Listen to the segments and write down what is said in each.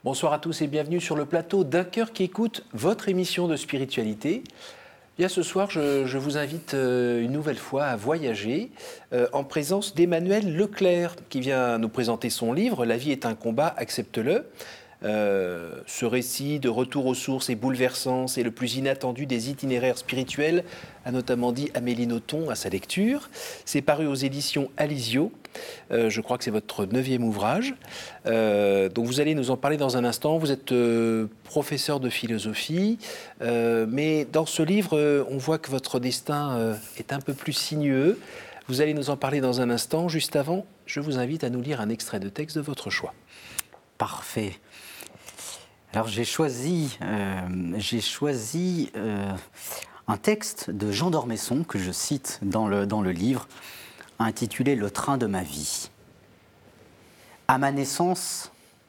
Bonsoir à tous et bienvenue sur le plateau d'Un cœur qui écoute, votre émission de spiritualité. Bien, ce soir, je vous invite une nouvelle fois à voyager en présence d'Emmanuel Leclerc qui vient nous présenter son livre « La vie est un combat, accepte-le ». Ce récit de retour aux sources est bouleversant, c'est le plus inattendu des itinéraires spirituels, a notamment dit Amélie Nothomb à sa lecture. C'est paru aux éditions Alizio, je crois que c'est votre 9e ouvrage. Donc vous allez nous en parler dans un instant. Vous êtes professeur de philosophie, mais dans ce livre, on voit que votre destin est un peu plus sinueux. Vous allez nous en parler dans un instant. Juste avant, je vous invite à nous lire un extrait de texte de votre choix. Parfait. Alors j'ai choisi un texte de Jean d'Ormesson que je cite dans le livre, intitulé « Le train de ma vie ». À la naissance,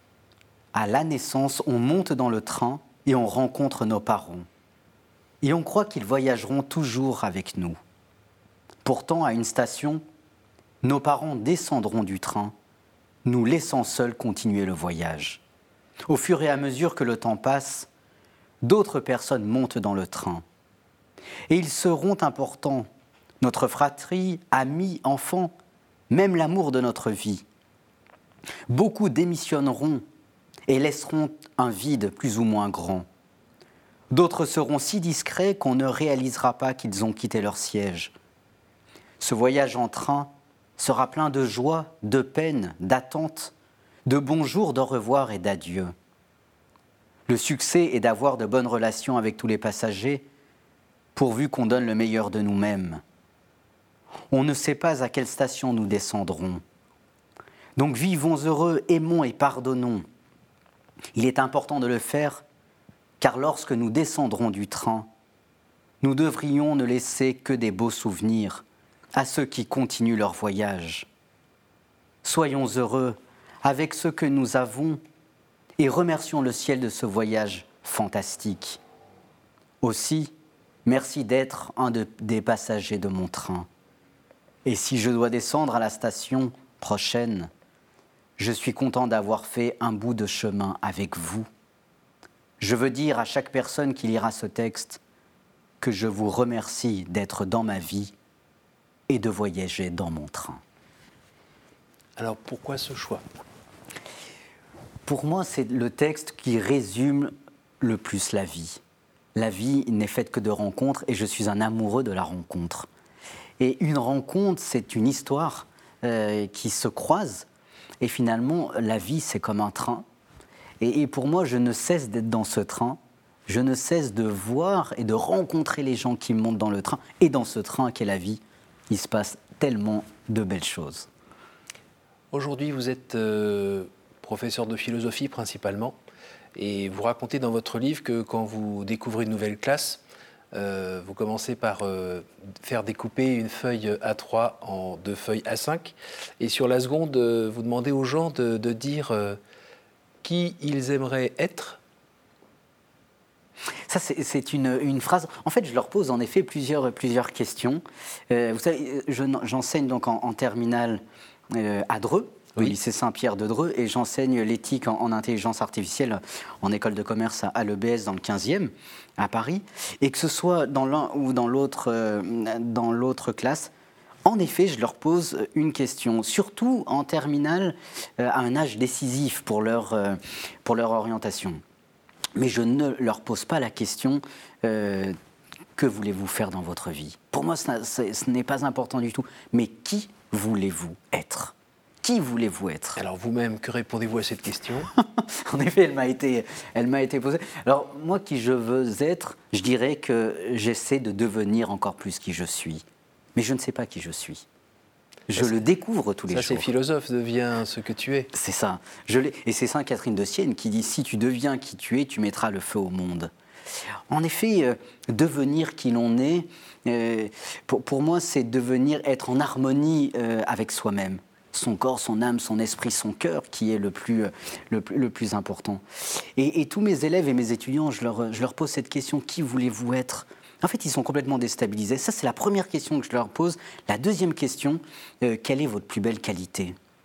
on monte dans le train et on rencontre nos parents. Et on croit qu'ils voyageront toujours avec nous. Pourtant, à une station, nos parents descendront du train, nous laissant seuls continuer le voyage. Au fur et à mesure que le temps passe, d'autres personnes montent dans le train. Et ils seront importants, notre fratrie, amis, enfants, même l'amour de notre vie. Beaucoup démissionneront et laisseront un vide plus ou moins grand. D'autres seront si discrets qu'on ne réalisera pas qu'ils ont quitté leur siège. Ce voyage en train sera plein de joie, de peine, d'attente, de bonjour, d'au revoir et d'adieu. Le succès est d'avoir de bonnes relations avec tous les passagers, pourvu qu'on donne le meilleur de nous-mêmes. On ne sait pas à quelle station nous descendrons. Donc vivons heureux, aimons et pardonnons. Il est important de le faire, car lorsque nous descendrons du train, nous devrions ne laisser que des beaux souvenirs à ceux qui continuent leur voyage. Soyons heureux avec ce que nous avons et remercions le ciel de ce voyage fantastique. Aussi, merci d'être un des passagers de mon train. Et si je dois descendre à la station prochaine, je suis content d'avoir fait un bout de chemin avec vous. Je veux dire à chaque personne qui lira ce texte que je vous remercie d'être dans ma vie et de voyager dans mon train. Alors pourquoi ce choix ? Pour moi, c'est le texte qui résume le plus la vie. La vie n'est faite que de rencontres et je suis un amoureux de la rencontre. Et une rencontre, c'est une histoire qui se croise. Et finalement, la vie, c'est comme un train. Et pour moi, je ne cesse d'être dans ce train. Je ne cesse de voir et de rencontrer les gens qui montent dans le train. Et dans ce train qu'est la vie, il se passe tellement de belles choses. Aujourd'hui, vous êtes professeur de philosophie principalement. Et vous racontez dans votre livre que quand vous découvrez une nouvelle classe, vous commencez par faire découper une feuille A3 en 2 feuilles A5. Et sur la seconde, vous demandez aux gens de dire qui ils aimeraient être. Ça, c'est une phrase. En fait, je leur pose en effet plusieurs questions. Vous savez, j'enseigne donc en terminale à Dreux, au lycée Saint-Pierre de Dreux, et j'enseigne l'éthique en intelligence artificielle en école de commerce à l'EBS dans le 15e, à Paris. Et que ce soit dans l'un ou dans l'autre classe, en effet, je leur pose une question, surtout en terminale, à un âge décisif pour leur orientation. Mais je ne leur pose pas la question que voulez-vous faire dans votre vie ? Pour moi, ce n'est pas important du tout. Mais qui voulez-vous être ? Qui voulez-vous être ? Alors vous-même, que répondez-vous à cette question ? En effet, elle m'a été posée. Alors moi, qui je veux être, je dirais que j'essaie de devenir encore plus qui je suis. Mais je ne sais pas qui je suis. Je le découvre tous les jours. Ça, c'est philosophe, deviens ce que tu es. C'est ça. Et c'est Sainte Catherine de Sienne qui dit « Si tu deviens qui tu es, tu mettras le feu au monde ». En effet, devenir qui l'on est, pour moi, c'est être en harmonie avec soi-même. Son corps, son âme, son esprit, son cœur, qui est le plus important. Et tous mes élèves et mes étudiants, je leur pose cette question, qui voulez-vous être ? En fait, ils sont complètement déstabilisés. Ça, c'est la première question que je leur pose. La deuxième question, quelle est votre plus belle qualité ?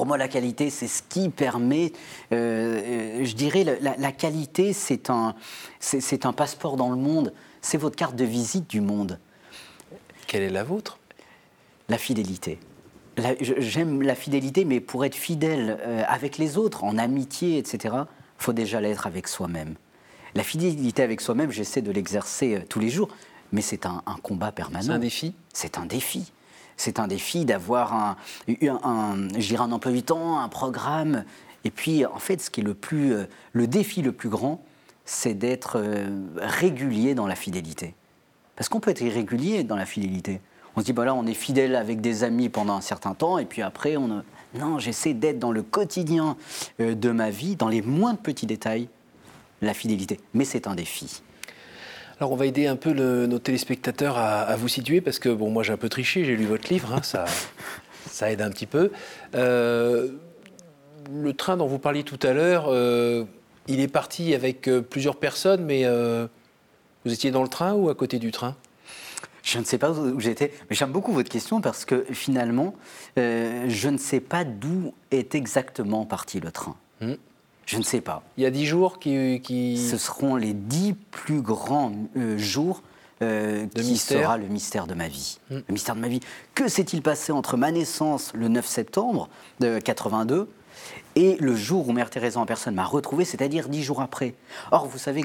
Pour moi, la qualité, c'est ce qui permet, je dirais, la qualité, c'est un passeport dans le monde, c'est votre carte de visite du monde. Quelle est la vôtre? La fidélité. J'aime la fidélité, mais pour être fidèle avec les autres, en amitié, etc., il faut déjà l'être avec soi-même. La fidélité avec soi-même, j'essaie de l'exercer tous les jours, mais c'est un combat permanent. C'est un défi? C'est un défi. C'est un défi d'avoir je dirais un emploi du temps, un programme. Et puis, en fait, ce qui est le défi le plus grand, c'est d'être régulier dans la fidélité. Parce qu'on peut être irrégulier dans la fidélité. On se dit, bah là, on est fidèle avec des amis pendant un certain temps, et puis après, Non, j'essaie d'être dans le quotidien de ma vie, dans les moindres petits détails, la fidélité. Mais c'est un défi. Alors, on va aider un peu nos téléspectateurs à vous situer, parce que, bon, moi, j'ai un peu triché, j'ai lu votre livre, hein, ça aide un petit peu. Le train dont vous parliez tout à l'heure, il est parti avec plusieurs personnes, mais vous étiez dans le train ou à côté du train? Je ne sais pas où j'étais, mais j'aime beaucoup votre question parce que finalement, je ne sais pas d'où est exactement parti le train. Je ne sais pas. Il y a 10 jours qui... Ce seront les 10 plus grands jours qui sera le mystère de ma vie. Le mystère de ma vie. Que s'est-il passé entre ma naissance, le 9 septembre de 82, et le jour où Mère Teresa en personne m'a retrouvé, c'est-à-dire 10 jours après. Or, vous savez que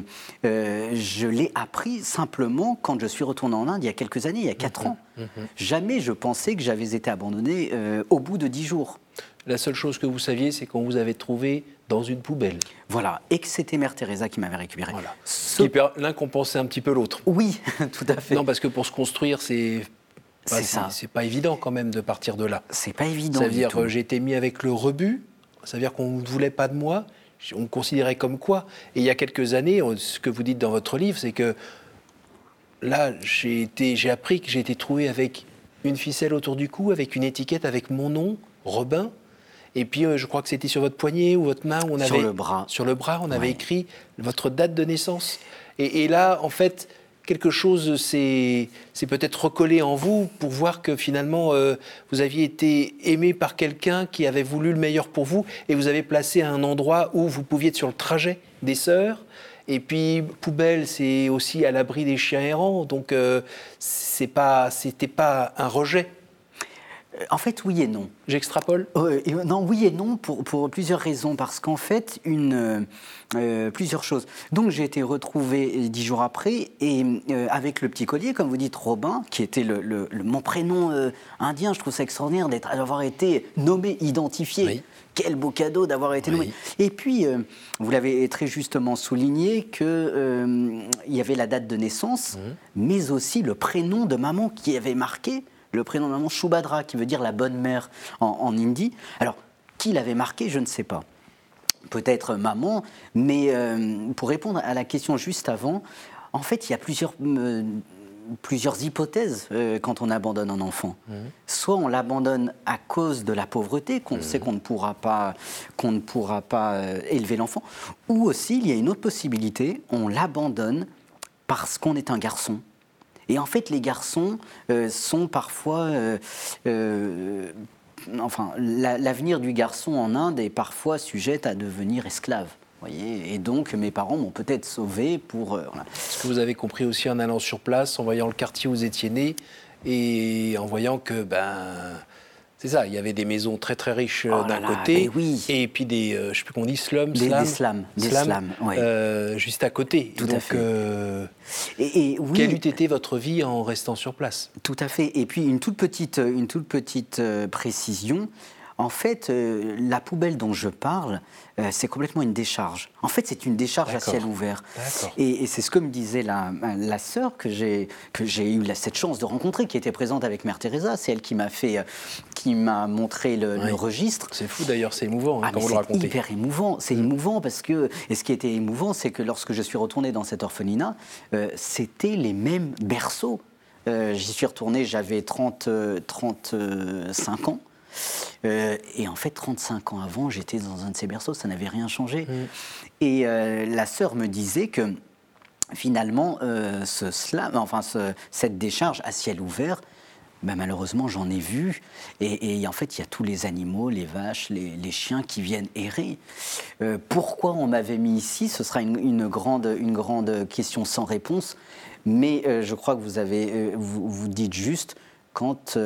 je l'ai appris simplement quand je suis retourné en Inde il y a quelques années, il y a 4 ans. Jamais je pensais que j'avais été abandonné au bout de 10 jours. La seule chose que vous saviez, c'est qu'on vous avait trouvé dans une poubelle. Voilà, et que c'était Mère Teresa qui m'avait récupéré. Voilà. L'un compensait un petit peu l'autre. Oui, tout à fait. Non, parce que pour se construire, c'est pas évident quand même de partir de là. C'est pas évident. Ça veut dire que j'ai été mis avec le rebut, ça veut dire qu'on ne voulait pas de moi, on me considérait comme quoi. Et il y a quelques années, ce que vous dites dans votre livre, c'est que là, j'ai appris que j'ai été trouvé avec une ficelle autour du cou, avec une étiquette avec mon nom, Robin. Et puis, je crois que c'était sur votre poignet ou votre main. Où on sur avait, le bras. Sur le bras, on avait écrit votre date de naissance. Et là, en fait, quelque chose s'est peut-être recollé en vous pour voir que finalement, vous aviez été aimé par quelqu'un qui avait voulu le meilleur pour vous et vous avez placé à un endroit où vous pouviez être sur le trajet des sœurs. Et puis, poubelle, c'est aussi à l'abri des chiens errants. Donc, c'était pas un rejet. En fait, oui et non. J'extrapole ? Non, oui et non pour plusieurs raisons. Parce qu'en fait, plusieurs choses. Donc, j'ai été retrouvé 10 jours après, et avec le petit collier, comme vous dites, Robin, qui était mon prénom indien. Je trouve ça extraordinaire d'avoir été nommé, identifié. Oui. Quel beau cadeau d'avoir été nommé. Et puis, vous l'avez très justement souligné, qu'il y avait la date de naissance, mais aussi le prénom de maman qui avait marqué. Le prénom de maman, Shubhadra, qui veut dire la bonne mère en hindi. Alors, qui l'avait marqué, je ne sais pas. Peut-être maman, mais pour répondre à la question juste avant, en fait, il y a plusieurs hypothèses quand on abandonne un enfant. Soit on l'abandonne à cause de la pauvreté, qu'on sait qu'on ne pourra pas élever l'enfant, ou aussi, il y a une autre possibilité, on l'abandonne parce qu'on est un garçon. Et en fait, les garçons sont parfois... l'avenir du garçon en Inde est parfois sujet à devenir esclave. Voyez, et donc, mes parents m'ont peut-être sauvé pour... Voilà. Ce que vous avez compris aussi en allant sur place, en voyant le quartier où vous étiez né, et en voyant que... c'est ça, il y avait des maisons très très riches d'un côté, et puis des, je ne sais plus qu'on dit, slums, des slums, ouais. Juste à côté. Tout à fait. Quelle eût été votre vie en restant sur place? Tout à fait. Et puis une toute petite précision. En fait, la poubelle dont je parle, c'est complètement une décharge. En fait, c'est une décharge à ciel ouvert. Et c'est ce que me disait la sœur que j'ai eu cette chance de rencontrer, qui était présente avec Mère Teresa. C'est elle qui m'a montré le registre. C'est fou d'ailleurs, c'est émouvant quand vous le racontez. C'est hyper émouvant. C'est émouvant parce que... Et ce qui était émouvant, c'est que lorsque je suis retourné dans cet orphelinat, c'était les mêmes berceaux. J'y suis retourné, j'avais 35 ans. Et en fait, 35 ans avant, j'étais dans un de ces berceaux, ça n'avait rien changé. Et la sœur me disait que finalement, cette décharge à ciel ouvert malheureusement, j'en ai vu. Et en fait, il y a tous les animaux, les vaches, les chiens qui viennent errer. Pourquoi on m'avait mis ici? Ce sera une grande question sans réponse. Mais je crois que vous dites juste quand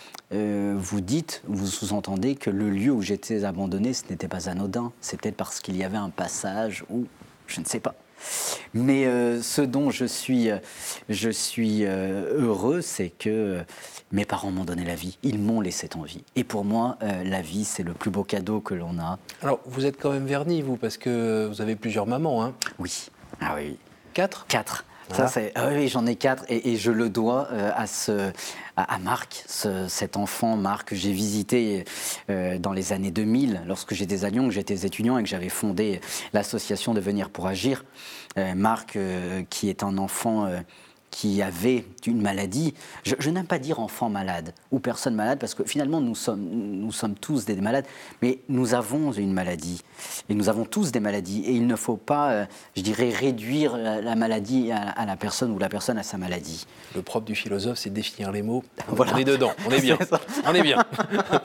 vous sous-entendez que le lieu où j'étais abandonné, ce n'était pas anodin. C'est peut-être parce qu'il y avait un passage où, je ne sais pas. Mais ce dont je suis heureux, c'est que mes parents m'ont donné la vie. Ils m'ont laissé en vie. Et pour moi, la vie, c'est le plus beau cadeau que l'on a. Alors, vous êtes quand même verni, vous, parce que vous avez plusieurs mamans, hein? Oui. Ah oui. 4? 4. Voilà. Oui, j'en ai 4 et je le dois à Marc, cet enfant Marc que j'ai visité dans les années 2000 lorsque j'étais à Lyon, que j'étais étudiant et que j'avais fondé l'association Devenir pour agir. Marc, qui est un enfant qui avait une maladie. Je n'aime pas dire enfant malade ou personne malade parce que finalement nous sommes tous des malades, mais nous avons une maladie et nous avons tous des maladies et il ne faut pas, je dirais, réduire la maladie à la personne ou la personne à sa maladie. Le propre du philosophe, c'est de définir les mots. Voilà. On est dedans, on est bien. On est bien.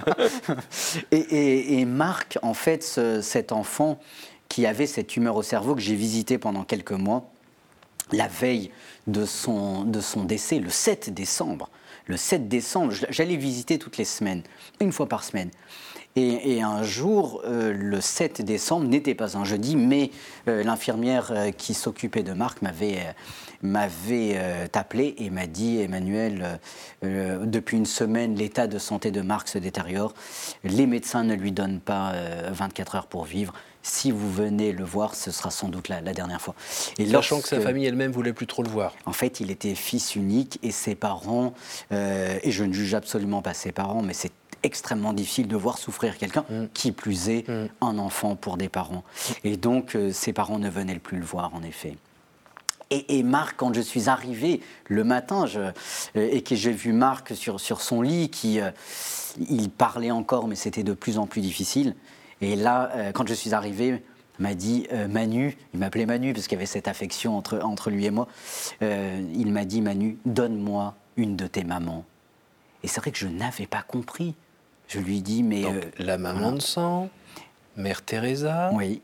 Et Marc, en fait, cet enfant qui avait cette tumeur au cerveau que j'ai visité pendant quelques mois, la veille de son décès, le 7 décembre. Le 7 décembre, j'allais visiter toutes les semaines, une fois par semaine. Et un jour, le 7 décembre, n'était pas un jeudi, mais l'infirmière qui s'occupait de Marc m'avait appelé et m'a dit « Emmanuel, depuis une semaine, l'état de santé de Marc se détériore. Les médecins ne lui donnent pas 24 heures pour vivre. Si vous venez le voir, ce sera sans doute la dernière fois. » Sachant que sa famille elle-même ne voulait plus trop le voir. En fait, il était fils unique et ses parents, et je ne juge absolument pas ses parents, mais c'est extrêmement difficile de voir souffrir quelqu'un, qui plus est un enfant pour des parents. Et donc, ses parents ne venaient plus le voir, en effet. Et Marc, quand je suis arrivé le matin, et que j'ai vu Marc sur son lit, il parlait encore, mais c'était de plus en plus difficile. Et là, quand je suis arrivé, il m'a dit Manu, il m'appelait Manu parce qu'il y avait cette affection entre lui et moi. Il m'a dit Manu, donne-moi une de tes mamans. Et c'est vrai que je n'avais pas compris. Je lui dis mais donc, la maman de sang, Mère Teresa. Oui.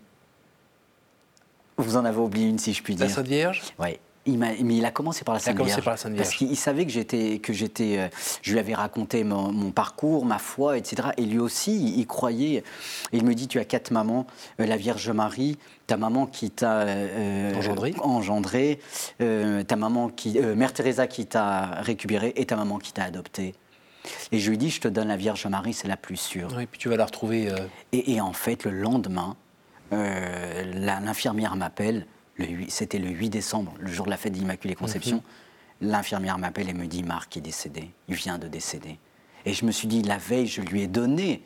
Vous en avez oublié une, si je puis dire. La Sainte Vierge. Oui. Mais il a commencé par la Sainte Vierge. Parce qu'il savait que je lui avais raconté mon parcours, ma foi, etc. Et lui aussi, il croyait. Il me dit, tu as 4 mamans, la Vierge Marie, ta maman qui t'a engendré, ta maman Mère Teresa qui t'a récupéré et ta maman qui t'a adopté. Et je lui dis, je te donne la Vierge Marie, c'est la plus sûre. Oui, puis tu vas la retrouver. Et en fait, le lendemain, l'infirmière m'appelle. C'était le 8 décembre, le jour de la fête d'Immaculée Conception. L'infirmière m'appelle et me dit « Marc est décédé, il vient de décéder ». Et je me suis dit, la veille, je lui ai donné,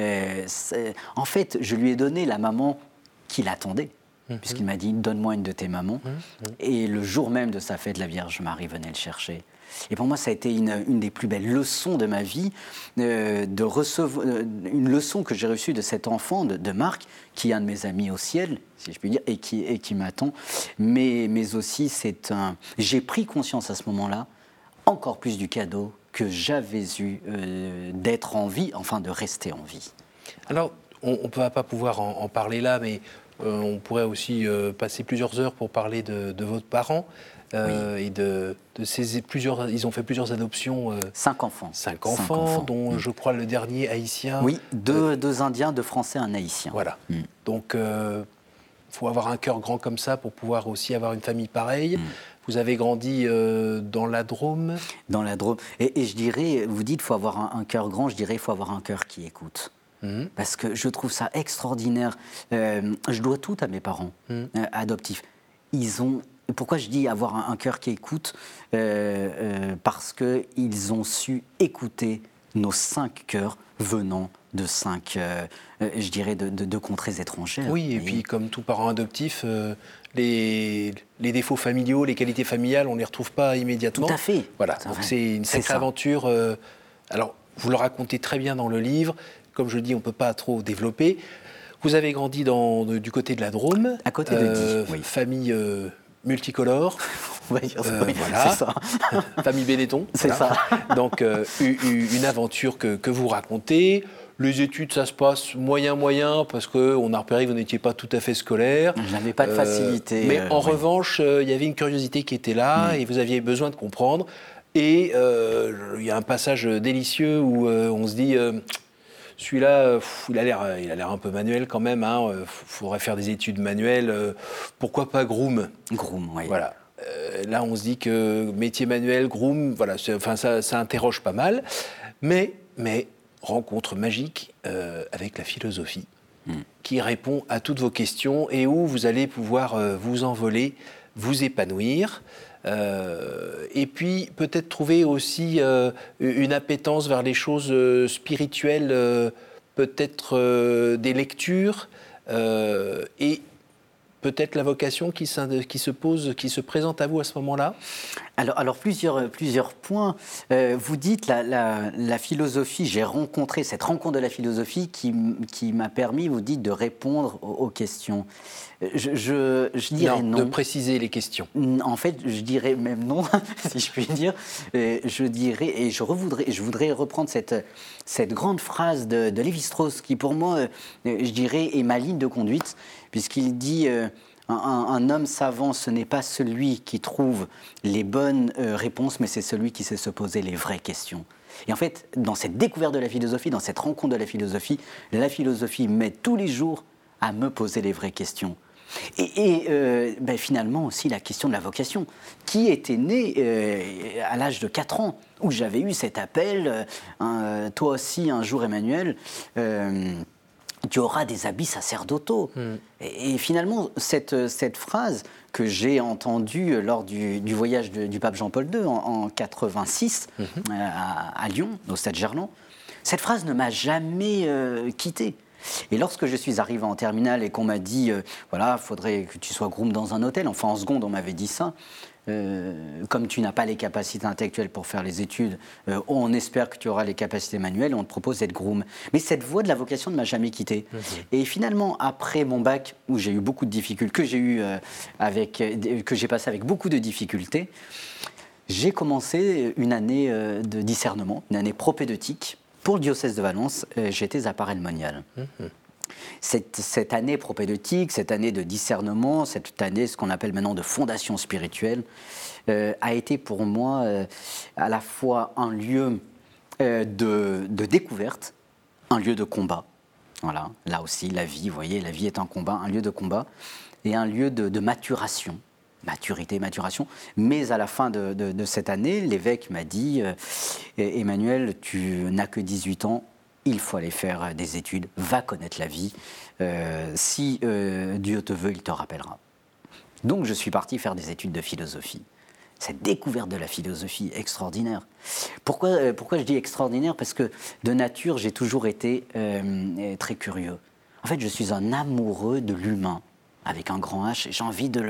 en fait, je lui ai donné la maman qui l'attendait, puisqu'il m'a dit « Donne-moi une de tes mamans ». Et le jour même de sa fête, la Vierge Marie venait le chercher. Et pour moi, ça a été une des plus belles leçons de ma vie, de recevoir une leçon que j'ai reçue de cet enfant, de Marc, qui est un de mes amis au ciel, si je puis dire, et qui m'attend. Mais aussi, j'ai pris conscience à ce moment-là, encore plus du cadeau que j'avais eu d'être en vie, enfin de rester en vie. Alors, on ne va pas pouvoir en parler là, mais on pourrait aussi passer plusieurs heures pour parler de vos parents. Et de ces ils ont fait plusieurs adoptions. 5 enfants. 5 enfants, dont je crois le dernier haïtien. Oui, deux Indiens, 2 Français, un haïtien. Voilà. Donc, faut avoir un cœur grand comme ça pour pouvoir aussi avoir une famille pareille. Vous avez grandi dans la Drôme. Dans la Drôme. Et je dirais, vous dites qu'il faut avoir un cœur grand, je dirais qu'il faut avoir un cœur qui écoute. Parce que je trouve ça extraordinaire. Je dois tout à mes parents adoptifs. Pourquoi je dis avoir un cœur qui écoute parce qu'ils ont su écouter nos 5 cœurs venant de 5, je dirais, de contrées étrangères. Oui, et puis comme tout parent adoptif, les défauts familiaux, les qualités familiales, on ne les retrouve pas immédiatement. Tout à fait. Voilà, donc c'est une sacrée aventure. Alors, vous le racontez très bien dans le livre. Comme je le dis, on ne peut pas trop développer. Vous avez grandi du côté de la Drôme. À côté de Die, oui. Famille multicolore. On va dire ça. Oui, Voilà. c'est ça. Famille Benetton. C'est voilà. Donc, une aventure que vous racontez. Les études, ça se passe moyen, parce qu'on a repéré que vous n'étiez pas tout à fait scolaire. Je n'avais pas de facilité. Mais en oui. revanche, il y avait une curiosité qui était là et vous aviez besoin de comprendre. Et il y a un passage délicieux où on se dit... celui-là, il a l'air un peu manuel quand même. Il faudrait faire des études manuelles. Pourquoi pas groom ? Groom, oui. Voilà. Là, on se dit que métier manuel, groom, voilà, ça interroge pas mal. Mais rencontre magique avec la philosophie qui répond à toutes vos questions et où vous allez pouvoir vous envoler, vous épanouir. Et puis peut-être trouver aussi une appétence vers les choses spirituelles, peut-être des lectures et peut-être la vocation qui se pose, qui se présente à vous à ce moment-là. Alors plusieurs points. Vous dites la philosophie, j'ai rencontré cette rencontre de la philosophie qui m'a permis, vous dites, de répondre aux questions. Je dirais non. De préciser les questions. En fait, je dirais même non, si je puis dire. Je dirais, et je voudrais reprendre cette grande phrase de Lévi-Strauss qui, pour moi, je dirais, est ma ligne de conduite, puisqu'il dit un homme savant, ce n'est pas celui qui trouve les bonnes réponses, mais c'est celui qui sait se poser les vraies questions. Et en fait, dans cette découverte de la philosophie, dans cette rencontre de la philosophie m'aide tous les jours à me poser les vraies questions. Et finalement aussi la question de la vocation, qui était née à l'âge de 4 ans, où j'avais eu cet appel, toi aussi un jour Emmanuel, tu auras des habits sacerdotaux. Et finalement, cette phrase que j'ai entendue lors du voyage du pape Jean-Paul II en 86 à Lyon, au stade Gerland, cette phrase ne m'a jamais quitté. Et lorsque je suis arrivé en terminale et qu'on m'a dit voilà, faudrait que tu sois groom dans un hôtel, enfin en seconde on m'avait dit ça, comme tu n'as pas les capacités intellectuelles pour faire les études, on espère que tu auras les capacités manuelles, on te propose d'être groom. Mais cette voie de la vocation ne m'a jamais quitté. Et finalement, après mon bac, où j'ai eu beaucoup de difficultés, que j'ai passé avec beaucoup de difficultés, j'ai commencé une année de discernement, une année propédeutique. Pour le diocèse de Valence, j'étais à Paray-le-Monial. Cette année propédeutique, cette année de discernement, cette année, ce qu'on appelle maintenant de fondation spirituelle, a été pour moi à la fois un lieu de découverte, un lieu de combat. Voilà, là aussi, la vie, vous voyez, la vie est un combat, un lieu de combat, et un lieu de maturation. Maturation. Mais à la fin de cette année, l'évêque m'a dit Emmanuel, tu n'as que 18 ans, il faut aller faire des études, va connaître la vie. Si Dieu te veut, il te rappellera. Donc je suis parti faire des études de philosophie. Cette découverte de la philosophie extraordinaire. Pourquoi je dis extraordinaire ? Parce que de nature, j'ai toujours été très curieux. En fait, je suis un amoureux de l'humain. Avec un grand H, j'ai envie de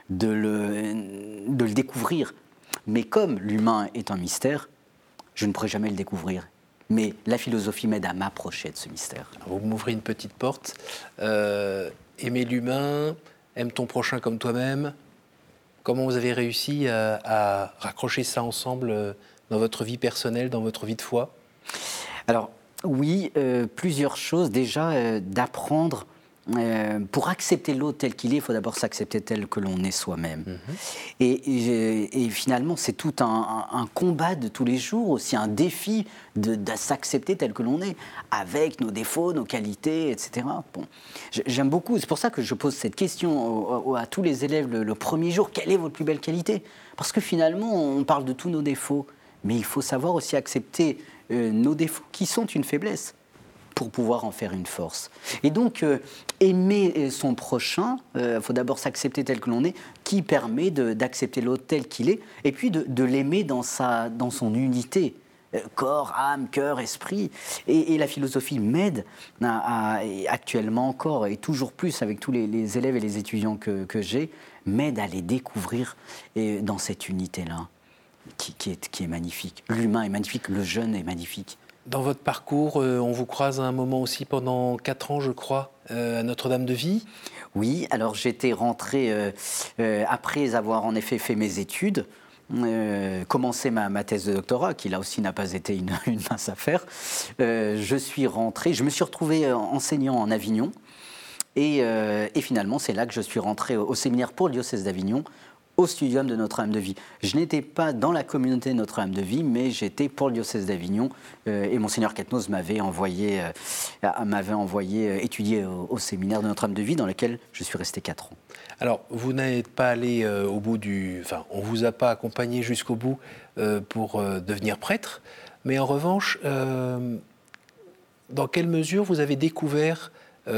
le découvrir. Mais comme l'humain est un mystère, je ne pourrai jamais le découvrir. Mais la philosophie m'aide à m'approcher de ce mystère. Vous m'ouvrez une petite porte. Aimer l'humain, aime ton prochain comme toi-même. Comment vous avez réussi à raccrocher ça ensemble dans votre vie personnelle, dans votre vie de foi ? Alors, oui, plusieurs choses. Déjà, d'apprendre. Pour accepter l'autre tel qu'il est, il faut d'abord s'accepter tel que l'on est soi-même. Et finalement, c'est tout un combat de tous les jours, aussi un défi de s'accepter tel que l'on est, avec nos défauts, nos qualités, etc. Bon, j'aime beaucoup, c'est pour ça que je pose cette question à tous les élèves le premier jour, quelle est votre plus belle qualité ? Parce que finalement, on parle de tous nos défauts, mais il faut savoir aussi accepter nos défauts qui sont une faiblesse, pour pouvoir en faire une force. Et donc, aimer son prochain, il faut d'abord s'accepter tel que l'on est, qui permet d'accepter l'autre tel qu'il est, et puis de l'aimer dans son unité, corps, âme, cœur, esprit. Et la philosophie m'aide actuellement encore, et toujours plus avec tous les élèves et les étudiants que j'ai, m'aide à les découvrir dans cette unité-là, qui est magnifique. L'humain est magnifique, le jeune est magnifique. Dans votre parcours, on vous croise à un moment aussi pendant 4 ans, je crois, à Notre-Dame-de-Vie. Oui, alors j'étais rentré après avoir en effet fait mes études, commencé ma thèse de doctorat, qui là aussi n'a pas été une mince affaire. Je suis rentré, je me suis retrouvé enseignant en Avignon, et finalement c'est là que je suis rentré au séminaire pour le diocèse d'Avignon, au studium de Notre-Dame-de-Vie. Je n'étais pas dans la communauté de Notre-Dame-de-Vie, mais j'étais pour le diocèse d'Avignon, et Monseigneur Quatennose m'avait envoyé étudier au séminaire de Notre-Dame-de-Vie, dans lequel je suis resté 4 ans. Alors, vous n'êtes pas allé au bout Enfin, on ne vous a pas accompagné jusqu'au bout pour devenir prêtre, mais en revanche, dans quelle mesure vous avez découvert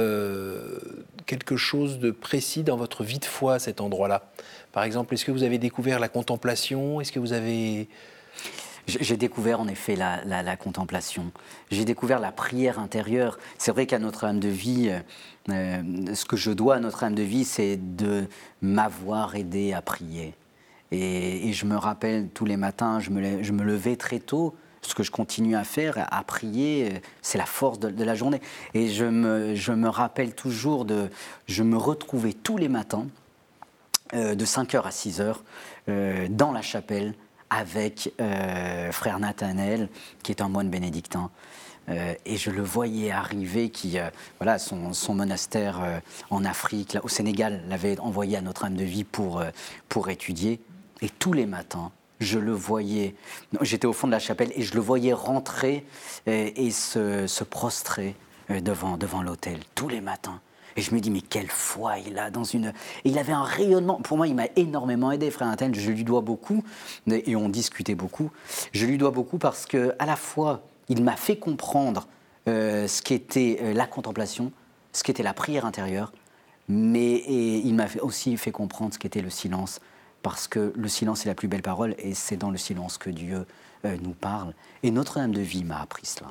quelque chose de précis dans votre vie de foi à cet endroit-là? Par exemple, est-ce que vous avez découvert la contemplation? Est-ce que vous avez... J'ai découvert en effet la contemplation. J'ai découvert la prière intérieure. C'est vrai qu'à Notre-Dame-de-Vie, ce que je dois à Notre-Dame-de-Vie, c'est de m'avoir aidé à prier. Et je me rappelle tous les matins, je me levais très tôt. Ce que je continue à faire, à prier, c'est la force de la journée. Et je me rappelle toujours je me retrouvais tous les matins, de 5h à 6h, dans la chapelle, avec frère Nathanaël, qui est un moine bénédictin. Et je le voyais arriver, son monastère en Afrique, là, au Sénégal, l'avait envoyé à Notre-Dame-de-Vie pour étudier. Et tous les matins, je le voyais, j'étais au fond de la chapelle, et je le voyais rentrer et se prostrer devant l'autel, tous les matins. Et je me dis, mais quelle foi il a dans une... Et il avait un rayonnement. Pour moi, il m'a énormément aidé, frère Nathanaël. Je lui dois beaucoup, et on discutait beaucoup. Je lui dois beaucoup parce qu'à la fois, il m'a fait comprendre ce qu'était la contemplation, ce qu'était la prière intérieure, et il m'a aussi fait comprendre ce qu'était le silence, parce que le silence est la plus belle parole, et c'est dans le silence que Dieu nous parle. Et Notre-Dame-de-Vie m'a appris cela.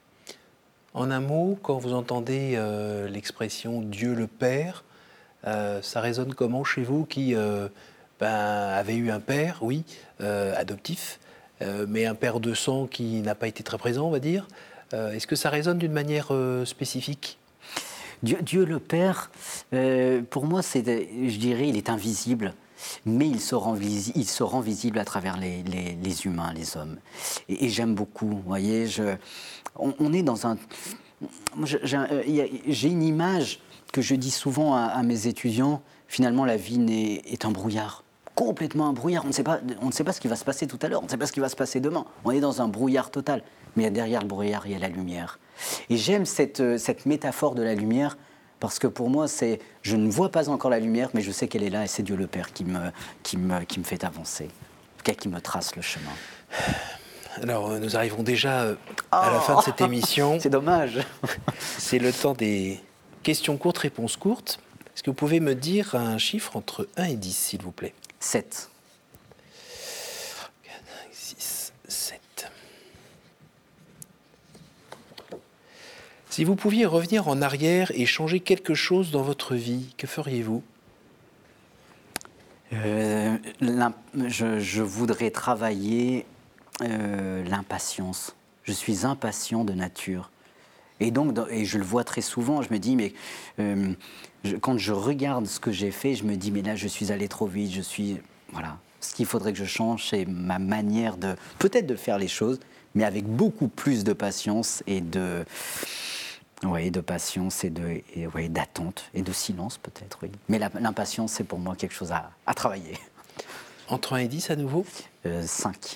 En un mot, quand vous entendez l'expression Dieu le Père, ça résonne comment chez vous qui avez eu un père, oui, adoptif, mais un père de sang qui n'a pas été très présent, on va dire. Est-ce que ça résonne d'une manière spécifique ? Dieu le Père, pour moi, je dirais, il est invisible. Mais il se rend visible à travers les humains, les hommes. Et j'aime beaucoup, vous voyez, on est dans un... J'ai une image que je dis souvent à mes étudiants, finalement la vie est un brouillard, complètement un brouillard. On ne sait pas ce qui va se passer tout à l'heure, on ne sait pas ce qui va se passer demain. On est dans un brouillard total, mais derrière le brouillard, il y a la lumière. Et j'aime cette métaphore de la lumière, parce que pour moi, je ne vois pas encore la lumière, mais je sais qu'elle est là, et c'est Dieu le Père qui me fait avancer, qui me trace le chemin. Alors, nous arrivons déjà à la fin de cette émission. C'est dommage. C'est le temps des questions courtes, réponses courtes. Est-ce que vous pouvez me dire un chiffre entre 1 et 10, s'il vous plaît? 7. 4, 5, 6, 7. Si vous pouviez revenir en arrière et changer quelque chose dans votre vie, que feriez-vous? Je voudrais travailler l'impatience. Je suis impatient de nature. Et donc, je le vois très souvent, je me dis, mais quand je regarde ce que j'ai fait, je me dis, mais là, je suis allé trop vite, voilà. Ce qu'il faudrait que je change, c'est ma manière peut-être de faire les choses, mais avec beaucoup plus de patience et de patience et d'attente et de silence peut-être, oui. Mais l'impatience, c'est pour moi quelque chose à travailler. Entre 1 et 10 à nouveau? 5.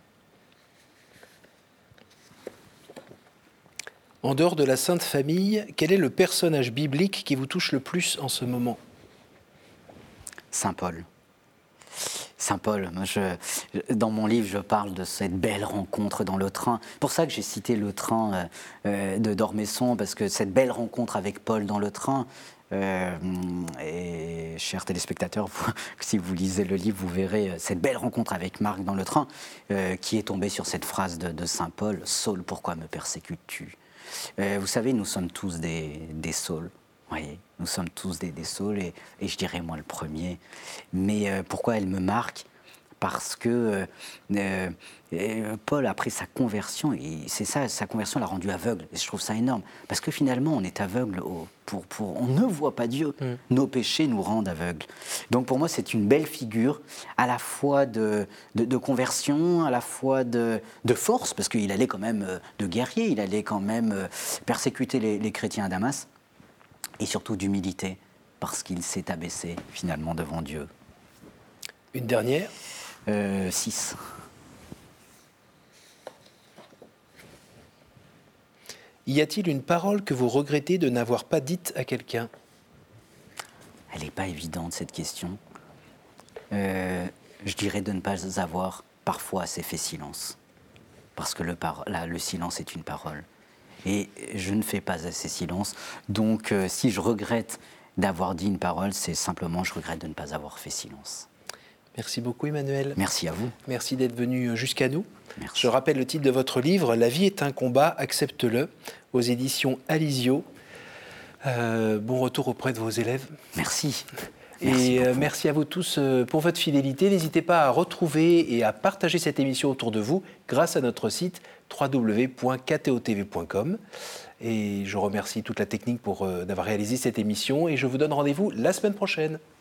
En dehors de la Sainte Famille, quel est le personnage biblique qui vous touche le plus en ce moment? Saint Paul. Saint Paul, moi dans mon livre, je parle de cette belle rencontre dans le train. C'est pour ça que j'ai cité le train de d'Ormesson, parce que cette belle rencontre avec Paul dans le train, et chers téléspectateurs, si vous lisez le livre, vous verrez cette belle rencontre avec Marc dans le train, qui est tombée sur cette phrase de Saint Paul, « Saul, pourquoi me persécutes-tu » Vous savez, nous sommes tous des Sauls. Oui, nous sommes tous des Sauls, et je dirais moi le premier. Mais pourquoi elle me marque? parce que Paul, après sa conversion, et c'est ça, sa conversion l'a rendu aveugle. Et je trouve ça énorme. Parce que finalement, on est aveugle, on ne voit pas Dieu. Nos péchés nous rendent aveugles. Donc pour moi, c'est une belle figure, à la fois de conversion, à la fois de force, parce qu'il allait quand même de guerrier, il allait quand même persécuter les chrétiens à Damas, et surtout d'humilité, parce qu'il s'est abaissé finalement devant Dieu. Une dernière 6. Y a-t-il une parole que vous regrettez de n'avoir pas dite à quelqu'un ? Elle n'est pas évidente, cette question. Je dirais de ne pas avoir parfois assez fait silence. Parce que le silence est une parole. Et je ne fais pas assez silence. Donc si je regrette d'avoir dit une parole, c'est simplement je regrette de ne pas avoir fait silence. Merci beaucoup Emmanuel. Merci à vous. Merci d'être venu jusqu'à nous. Merci. Je rappelle le titre de votre livre, La vie est un combat, accepte-le, aux éditions Alizio. Bon retour auprès de vos élèves. Merci. Et merci à vous tous pour votre fidélité. N'hésitez pas à retrouver et à partager cette émission autour de vous grâce à notre site www.ktotv.com. Et je remercie toute la technique d'avoir réalisé cette émission et je vous donne rendez-vous la semaine prochaine.